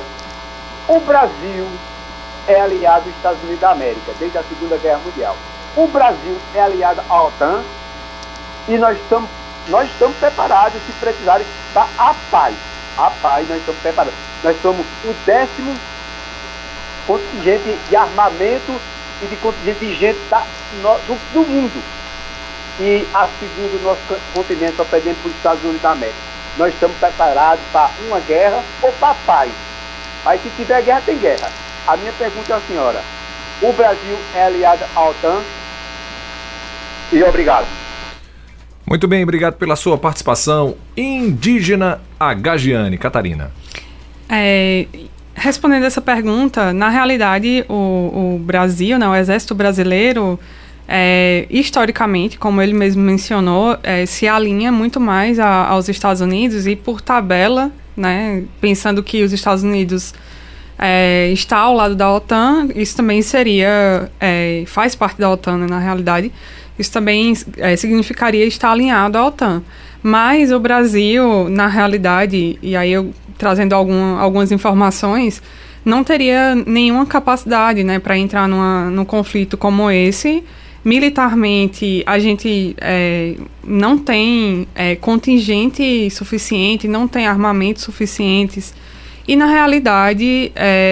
Speaker 6: o Brasil é aliado dos Estados Unidos da América, desde a Segunda Guerra Mundial. O Brasil é aliado à OTAN e nós estamos preparados, se precisarem, para a paz. A paz, nós estamos preparados. Nós somos o 10º contingente de armamento e de contingente de gente do mundo. E a segundo nosso continente, só perdendo para os Estados Unidos da América. Nós estamos preparados para uma guerra ou para a paz. Mas se tiver guerra, tem guerra. A minha pergunta é à senhora: o Brasil é aliado à OTAN? E obrigado.
Speaker 2: Muito bem, obrigado pela sua participação. Indígena Gagiani. Catarina.
Speaker 3: Respondendo essa pergunta, na realidade, o Brasil, né, o Exército Brasileiro, historicamente, como ele mesmo mencionou, se alinha muito mais aos Estados Unidos e por tabela, né, pensando que os Estados Unidos está ao lado da OTAN, isso também faz parte da OTAN, né, na realidade, isso também significaria estar alinhado à OTAN. Mas o Brasil, na realidade, e aí eu trazendo algumas informações, não teria nenhuma capacidade, né, para entrar num conflito como esse. Militarmente, a gente não tem contingente suficiente, não tem armamentos suficientes. E, na realidade,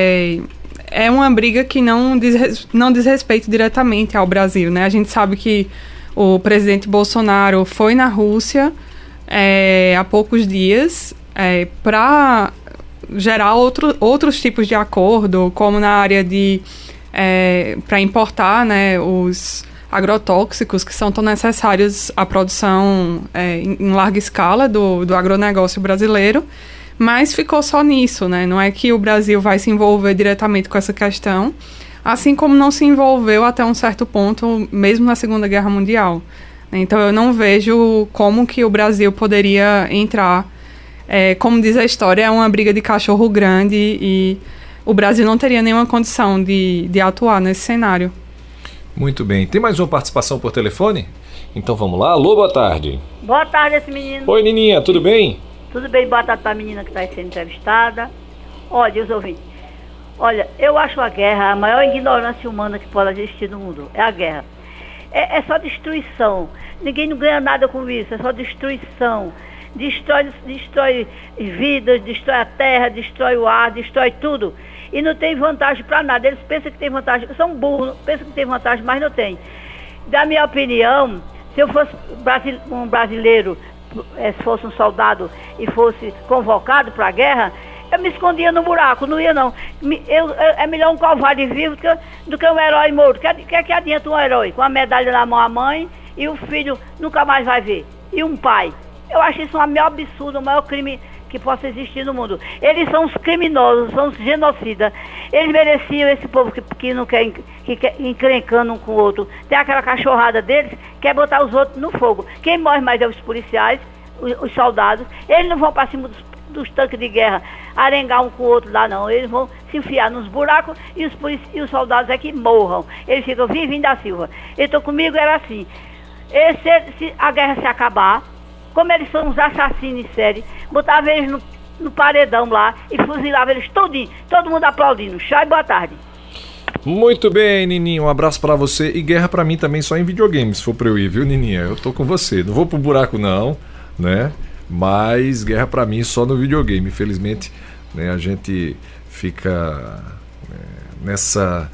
Speaker 3: é uma briga que não diz respeito diretamente ao Brasil, né? A gente sabe que o presidente Bolsonaro foi na Rússia há poucos dias para gerar outros tipos de acordo, como na área para importar, né, os agrotóxicos que são tão necessários à produção em larga escala do agronegócio brasileiro, mas ficou só nisso, né? Não é que o Brasil vai se envolver diretamente com essa questão, assim como não se envolveu até um certo ponto, mesmo na Segunda Guerra Mundial. Então eu não vejo como que o Brasil poderia entrar. Como diz a história, é uma briga de cachorro grande e o Brasil não teria nenhuma condição de atuar nesse cenário.
Speaker 2: Muito bem. Tem mais uma participação por telefone? Então vamos lá. Alô, boa tarde.
Speaker 7: Boa tarde, esse menino.
Speaker 2: Oi, Nininha, tudo bem?
Speaker 7: Tudo bem, boa tarde para a menina que está sendo entrevistada. Olha, os ouvintes. Olha, eu acho a guerra a maior ignorância humana que pode existir no mundo. É a guerra. É só destruição. Ninguém não ganha nada com isso. É só destruição. Destrói vidas, destrói a terra, destrói o ar, destrói tudo. E não tem vantagem para nada. Eles pensam que tem vantagem. São burros, pensam que tem vantagem, mas não tem. Da minha opinião, se eu fosse um brasileiro, se fosse um soldado e fosse convocado para a guerra, eu me escondia no buraco, não ia não. É melhor um covarde vivo do que um herói morto. Que adianta um herói com a medalha na mão, a mãe, e o filho nunca mais vai ver. E um pai. Eu acho isso um maior absurdo, o maior crime que possa existir no mundo. Eles são os criminosos, são os genocidas. Eles mereciam esse povo que não quer encrencando um com o outro. Tem aquela cachorrada deles, quer botar os outros no fogo. Quem morre mais é os policiais, os soldados. Eles não vão para cima dos tanques de guerra arengar um com o outro lá, não. Eles vão se enfiar nos buracos e os soldados é que morram. Eles ficam vivinhos da Silva. Então comigo era assim. Se a guerra se acabar, como eles são uns assassinos em série, botava eles no paredão lá e fuzilava eles todinho, todo mundo aplaudindo. Tchau e boa tarde.
Speaker 2: Muito bem, Nininha, um abraço pra você. E guerra pra mim também só em videogame, se for pra eu ir, viu, Nininha? Eu tô com você, não vou pro buraco não, né? Mas guerra pra mim só no videogame. Infelizmente, né, a gente fica nessa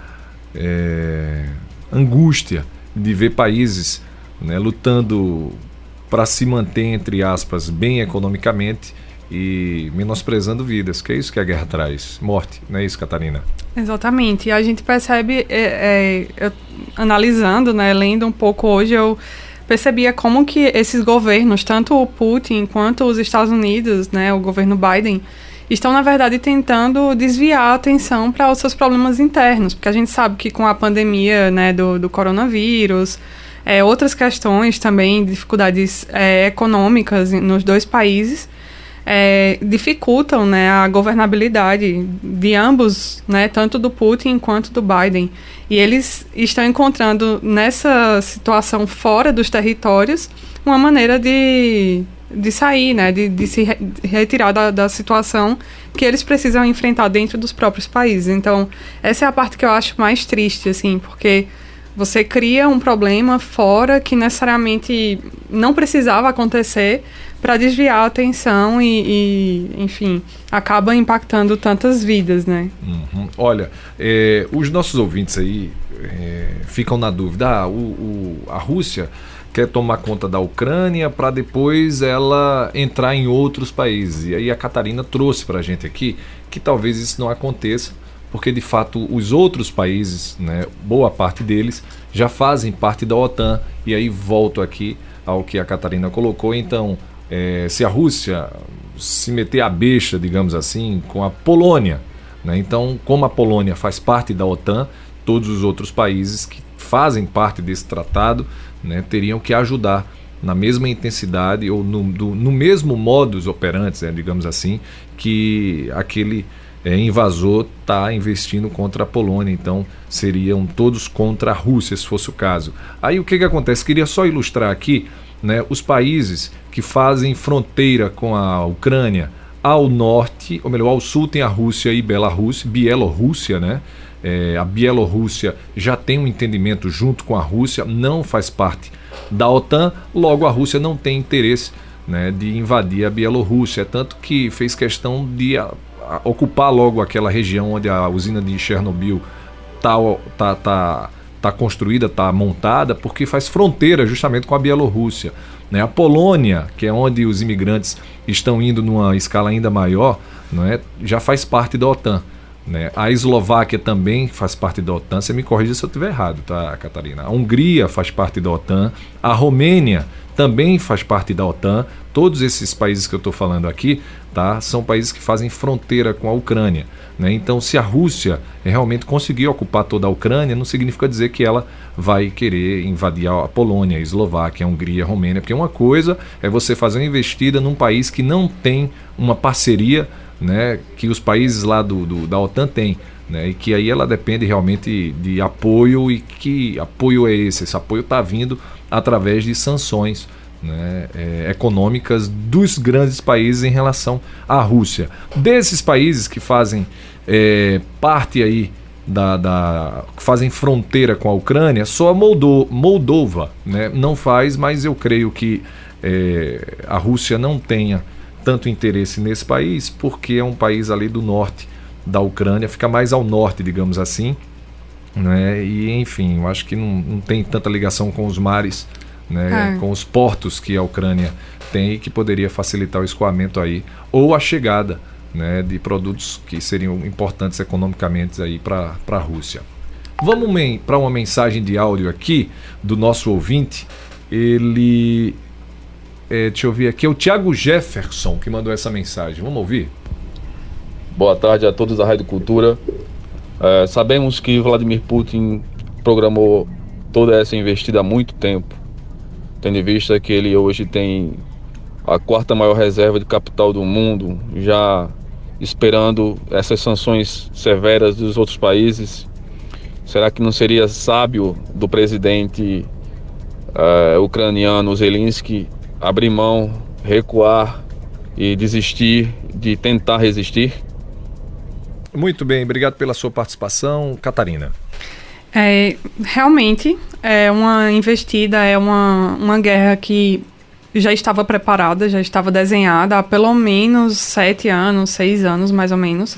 Speaker 2: angústia de ver países, né, lutando para se manter, entre aspas, bem economicamente e menosprezando vidas, que é isso que a guerra traz, morte, não é isso, Catarina?
Speaker 3: Exatamente, e a gente percebe, analisando, né, lendo um pouco hoje, eu percebia como que esses governos, tanto o Putin quanto os Estados Unidos, né, o governo Biden, estão, na verdade, tentando desviar a atenção para os seus problemas internos, porque a gente sabe que com a pandemia, né, do coronavírus, outras questões também, dificuldades econômicas nos dois países, dificultam, né, a governabilidade de ambos, né, tanto do Putin quanto do Biden. E eles estão encontrando nessa situação fora dos territórios uma maneira de sair, né, de se retirar da situação que eles precisam enfrentar dentro dos próprios países. Então, essa é a parte que eu acho mais triste, assim, porque você cria um problema fora que necessariamente não precisava acontecer para desviar a atenção e, enfim, acaba impactando tantas vidas, né?
Speaker 2: Uhum. Olha, os nossos ouvintes aí ficam na dúvida. A Rússia quer tomar conta da Ucrânia para depois ela entrar em outros países. E aí a Catarina trouxe para a gente aqui que talvez isso não aconteça, porque de fato os outros países, né, boa parte deles, já fazem parte da OTAN. E aí volto aqui ao que a Catarina colocou. Então, se a Rússia se meter a beixa, digamos assim, com a Polônia, né? Então, como a Polônia faz parte da OTAN, todos os outros países que fazem parte desse tratado, né, teriam que ajudar na mesma intensidade ou no mesmo modus operandi, digamos assim, que aquele invasor está investindo contra a Polônia. Então seriam todos contra a Rússia, se fosse o caso. Aí o que acontece? Queria só ilustrar aqui, né, os países que fazem fronteira com a Ucrânia. Ao norte, ou melhor, ao sul tem a Rússia e Bielorrússia, né? A Bielorrússia já tem um entendimento junto com a Rússia, não faz parte da OTAN, logo a Rússia não tem interesse, né, de invadir a Bielorrússia, tanto que fez questão de ocupar logo aquela região onde a usina de Chernobyl tá construída, está montada, porque faz fronteira justamente com a Bielorrússia, né? A Polônia, que é onde os imigrantes estão indo numa escala ainda maior, não é? Já faz parte da OTAN, né? A Eslováquia também faz parte da OTAN. Você me corrija se eu estiver errado, tá, Catarina? A Hungria faz parte da OTAN, a Romênia também faz parte da OTAN. Todos esses países que eu estou falando aqui, tá, são países que fazem fronteira com a Ucrânia, né? Então, se a Rússia realmente conseguir ocupar toda a Ucrânia, não significa dizer que ela vai querer invadir a Polônia, a Eslováquia, a Hungria, a Romênia, porque uma coisa é você fazer uma investida num país que não tem uma parceria, né, que os países lá da OTAN têm, né, e que aí ela depende realmente de apoio. E que apoio é esse? Esse apoio está vindo através de sanções, né, econômicas dos grandes países em relação à Rússia. Desses países que fazem parte aí que fazem fronteira com a Ucrânia, só a Moldova, né, não faz, mas eu creio que a Rússia não tenha tanto interesse nesse país, porque é um país ali do norte da Ucrânia, fica mais ao norte, digamos assim, né? E enfim, eu acho que não tem tanta ligação com os mares, né, com os portos que a Ucrânia tem, e que poderia facilitar o escoamento aí, ou a chegada, né, de produtos que seriam importantes economicamente aí para a Rússia. Vamos para uma mensagem de áudio aqui do nosso ouvinte. Ele... deixa eu ver aqui, é o Thiago Jefferson que mandou essa mensagem. Vamos ouvir?
Speaker 8: Boa tarde a todos da Rádio Cultura. Sabemos que Vladimir Putin programou toda essa investida há muito tempo, tendo em vista que ele hoje tem a quarta maior reserva de capital do mundo, já esperando essas sanções severas dos outros países. Será que não seria sábio do presidente ucraniano Zelensky abrir mão, recuar e desistir de tentar resistir?
Speaker 2: Muito bem, obrigado pela sua participação, Catarina.
Speaker 3: Realmente é uma investida, é uma guerra que já estava preparada, já estava desenhada há pelo menos 7 anos, 6 anos mais ou menos.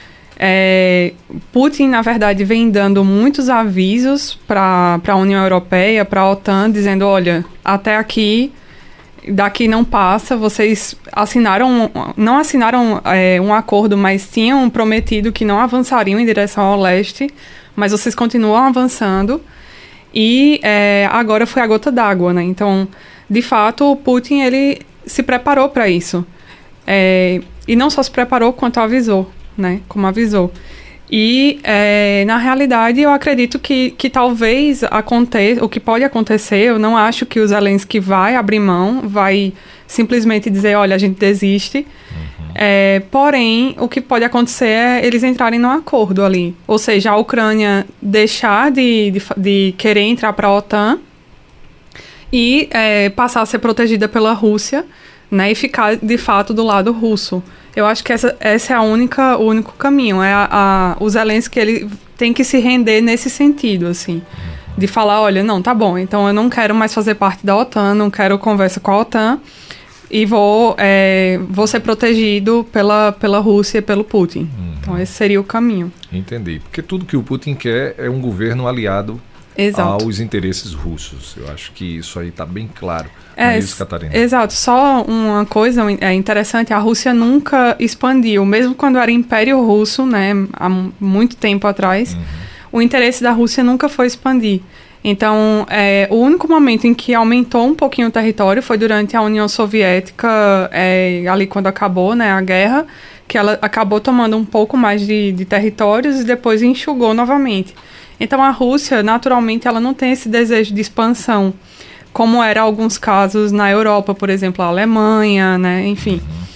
Speaker 3: Putin, na verdade, vem dando muitos avisos para a União Europeia, para a OTAN, dizendo, olha, até aqui, daqui não passa. Vocês não assinaram um acordo, mas tinham prometido que não avançariam em direção ao leste, mas vocês continuam avançando, e agora foi a gota d'água, né? Então, de fato, o Putin, ele se preparou para isso, e não só se preparou, quanto avisou, né? Como avisou. E, na realidade, eu acredito que talvez aconteça, o que pode acontecer, eu não acho que o Zelensky vai abrir mão, vai simplesmente dizer, olha, a gente desiste. Porém, o que pode acontecer é eles entrarem num acordo ali. Ou seja, a Ucrânia deixar de querer entrar para a OTAN e passar a ser protegida pela Rússia, né, e ficar, de fato, do lado russo. Eu acho que essa é o único caminho. O Zelensky, ele tem que se render nesse sentido, assim, de falar, olha, não, tá bom, então eu não quero mais fazer parte da OTAN, não quero conversa com a OTAN, e vou ser protegido pela Rússia e pelo Putin. Então esse seria o caminho.
Speaker 2: Entendi. Porque tudo que o Putin quer é um governo aliado, exato, aos interesses russos. Eu acho que isso aí está bem claro. Não é isso, Catarina? Exato.
Speaker 3: Só uma coisa interessante, a Rússia nunca expandiu, mesmo quando era Império Russo, né, há muito tempo atrás, o interesse da Rússia nunca foi expandir. Então, o único momento em que aumentou um pouquinho o território foi durante a União Soviética, ali quando acabou, né, a guerra, que ela acabou tomando um pouco mais de territórios e depois enxugou novamente. Então a Rússia, naturalmente, ela não tem esse desejo de expansão, como era alguns casos na Europa, por exemplo, a Alemanha, né? Enfim.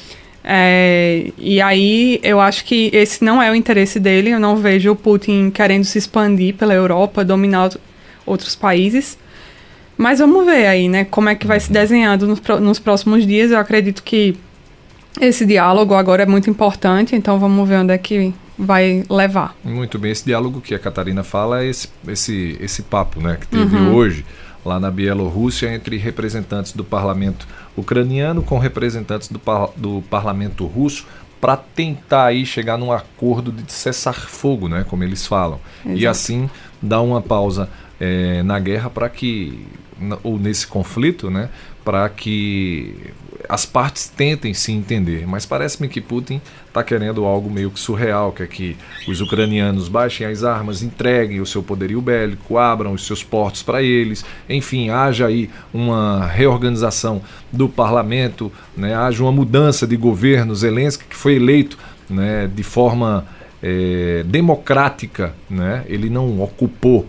Speaker 3: E aí eu acho que esse não é o interesse dele. Eu não vejo o Putin querendo se expandir pela Europa, dominar outros países. Mas vamos ver aí, né, como é que vai se desenhando nos próximos dias. Eu acredito que esse diálogo agora é muito importante, então vamos ver onde é que vai levar.
Speaker 2: Muito bem, esse diálogo que a Catarina fala é esse papo, né, que teve hoje lá na Bielorrússia entre representantes do parlamento ucraniano com representantes do parlamento russo para tentar aí chegar num acordo de cessar-fogo, né, como eles falam. Exato. E assim dar uma pausa na guerra para que, ou nesse conflito, né, para que as partes tentem se entender. Mas parece-me que Putin está querendo algo meio que surreal, que é que os ucranianos baixem as armas, entreguem o seu poderio bélico, abram os seus portos para eles, enfim, haja aí uma reorganização do parlamento, né, haja uma mudança de governo. Zelensky, que foi eleito, né, de forma democrática, né, ele não ocupou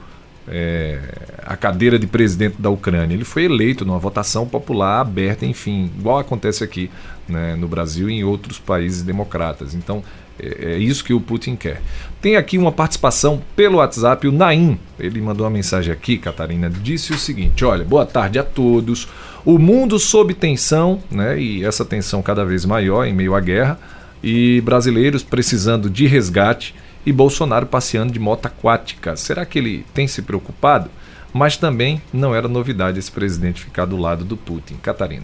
Speaker 2: a cadeira de presidente da Ucrânia. Ele foi eleito numa votação popular aberta, enfim, igual acontece aqui, né, no Brasil e em outros países democratas. Então, é isso que o Putin quer. Tem aqui uma participação pelo WhatsApp, o Naim, ele mandou uma mensagem aqui, Catarina, disse o seguinte: olha, boa tarde a todos, o mundo sob tensão, né, e essa tensão cada vez maior em meio à guerra, e brasileiros precisando de resgate, e Bolsonaro passeando de moto aquática. Será que ele tem se preocupado? Mas também não era novidade esse presidente ficar do lado do Putin. Catarina.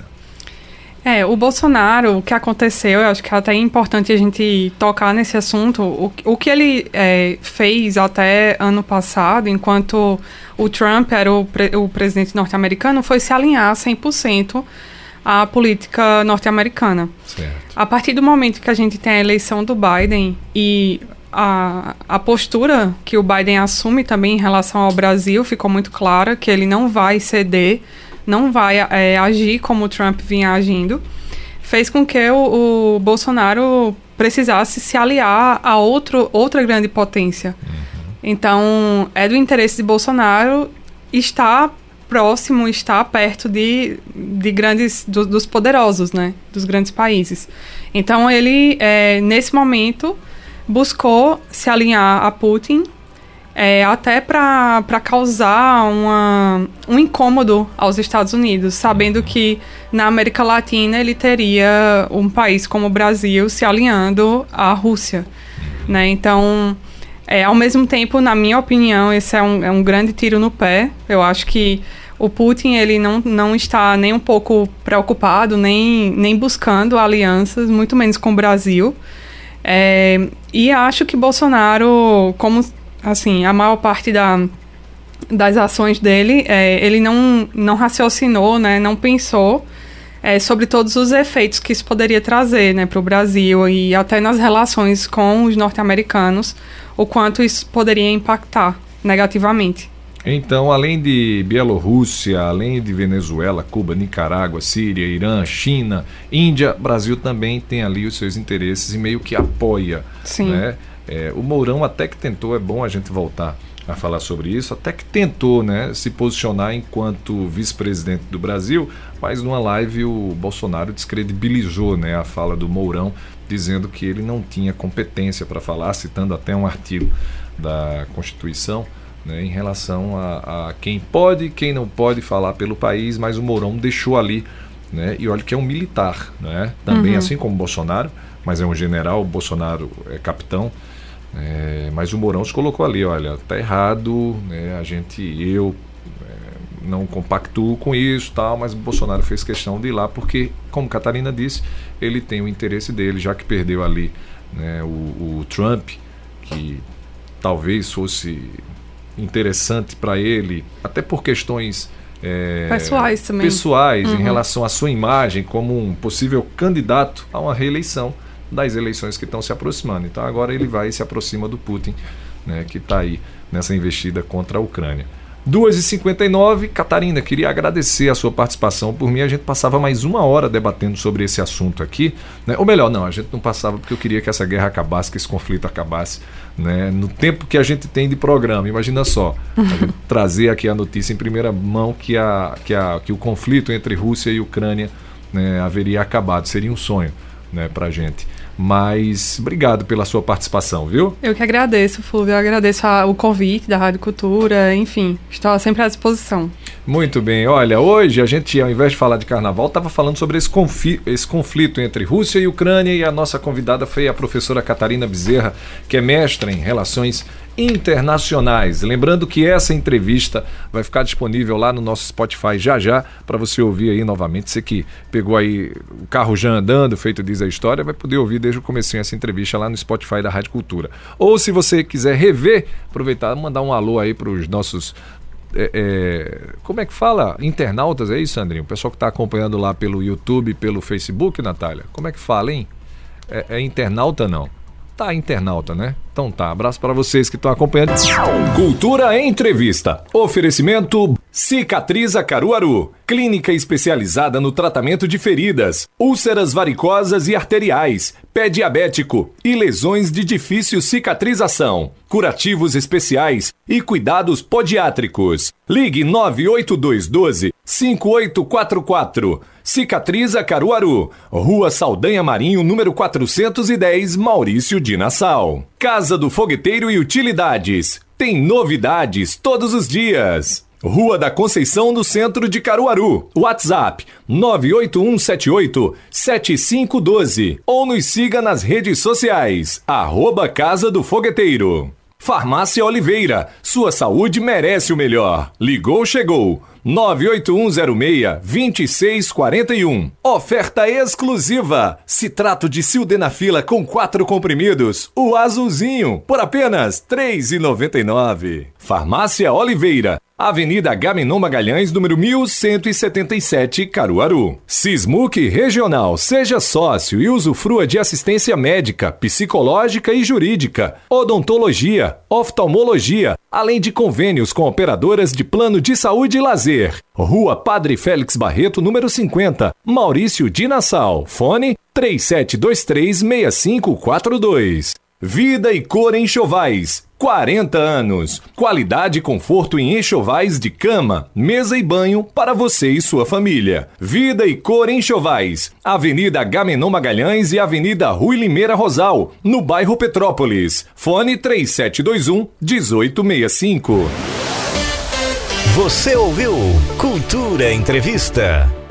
Speaker 3: O Bolsonaro, o que aconteceu, eu acho que é até importante a gente tocar nesse assunto. O que ele fez até ano passado, enquanto o Trump era o presidente norte-americano, foi se alinhar 100% à política norte-americana.
Speaker 2: Certo.
Speaker 3: A partir do momento que a gente tem a eleição do Biden e a postura que o Biden assume também em relação ao Brasil ficou muito clara, que ele não vai ceder, não vai agir como o Trump vinha agindo, fez com que o Bolsonaro precisasse se aliar a outra grande potência. Então, é do interesse de Bolsonaro estar próximo, estar perto de grandes, dos poderosos, né, dos grandes países. Então, ele, nesse momento, buscou se alinhar a Putin, até para causar um incômodo aos Estados Unidos, sabendo que na América Latina ele teria um país como o Brasil se alinhando à Rússia, né? Então, ao mesmo tempo, na minha opinião, esse é um grande tiro no pé. Eu acho que o Putin ele não está nem um pouco preocupado, nem buscando alianças, muito menos com o Brasil. E acho que Bolsonaro, como assim, a maior parte das ações dele, ele não raciocinou, né, não pensou sobre todos os efeitos que isso poderia trazer, né, para o Brasil e até nas relações com os norte-americanos, o quanto isso poderia impactar negativamente.
Speaker 2: Então, além de Bielorrússia, além de Venezuela, Cuba, Nicarágua, Síria, Irã, China, Índia, Brasil também tem ali os seus interesses e meio que apoia.
Speaker 3: Sim.
Speaker 2: Né? O Mourão até que tentou, é bom a gente voltar a falar sobre isso, até que tentou, né, se posicionar enquanto vice-presidente do Brasil, mas numa live o Bolsonaro descredibilizou, né, a fala do Mourão, dizendo que ele não tinha competência para falar, citando até um artigo da Constituição, né, em relação a quem pode e quem não pode falar pelo país, mas o Mourão deixou ali, né, e olha que é um militar, né, também assim como o Bolsonaro, mas é um general, o Bolsonaro é capitão, mas o Mourão se colocou ali, olha, tá errado, né, eu não compactuo com isso, tal, mas o Bolsonaro fez questão de ir lá porque, como Catarina disse, ele tem o interesse dele, já que perdeu ali, né, o Trump, que talvez fosse interessante para ele, até por questões
Speaker 3: pessoais também,
Speaker 2: em relação à sua imagem como um possível candidato a uma reeleição das eleições que estão se aproximando. Então agora ele vai e se aproxima do Putin, né, que está aí nessa investida contra a Ucrânia. 2h59, Catarina, queria agradecer a sua participação. Por mim, a gente passava mais 1 hora debatendo sobre esse assunto aqui, né? Ou melhor, não, a gente não passava porque eu queria que essa guerra acabasse, que esse conflito acabasse, né? No tempo que a gente tem de programa. Imagina só, a gente trazer aqui a notícia em primeira mão que o conflito entre Rússia e Ucrânia, né, haveria acabado. Seria um sonho, né, pra gente. Mas obrigado pela sua participação, viu?
Speaker 3: Eu que agradeço, Fulvio. Eu agradeço o convite da Rádio Cultura. Enfim, estou sempre à disposição.
Speaker 2: Muito bem. Olha, hoje a gente, ao invés de falar de carnaval, estava falando sobre esse conflito entre Rússia e Ucrânia, e a nossa convidada foi a professora Catarina Bezerra, que é mestra em Relações Internacionais. Lembrando que essa entrevista vai ficar disponível lá no nosso Spotify já para você ouvir aí novamente. Você que pegou aí o carro já andando, feito diz a história, vai poder ouvir desde o comecinho essa entrevista lá no Spotify da Rádio Cultura. Ou se você quiser rever, aproveitar e mandar um alô aí para os nossos como é que fala? Internautas, é isso, Sandrinho? O pessoal que está acompanhando lá pelo YouTube, pelo Facebook, Natália, como é que fala, hein? É internauta, não? Tá, internauta, né? Então tá, abraço para vocês que estão acompanhando. Cultura Entrevista. Oferecimento Cicatriza Caruaru. Clínica especializada no tratamento de feridas, úlceras varicosas e arteriais, pé diabético e lesões de difícil cicatrização. Curativos especiais e cuidados podiátricos. Ligue 98212-5844. Cicatriza Caruaru. Rua Saldanha Marinho, número 410, Maurício de Nassau. Casa do Fogueteiro e Utilidades. Tem novidades todos os dias. Rua da Conceição, no centro de Caruaru. WhatsApp 98178-7512. Ou nos siga nas redes sociais. @Casa do Fogueteiro. Farmácia Oliveira. Sua saúde merece o melhor. Ligou, chegou. 98106-2641. Oferta exclusiva. Citrato de sildenafila com 4 comprimidos. O azulzinho, por apenas R$ 3,99. Farmácia Oliveira. Avenida Agamenon Magalhães, número 1177, Caruaru. Sismuc Regional. Seja sócio e usufrua de assistência médica, psicológica e jurídica, odontologia, oftalmologia, além de convênios com operadoras de plano de saúde e lazer. Rua Padre Félix Barreto, número 50, Maurício de Nassau. Fone 3723-6542. Vida e Cor Enxovais. 40 anos. Qualidade e conforto em enxovais de cama, mesa e banho para você e sua família. Vida e Cor Enxovais. Avenida Agamenon Magalhães e Avenida Rui Limeira Rosal, no bairro Petrópolis. Fone 3721-1865.
Speaker 1: Você ouviu Cultura Entrevista.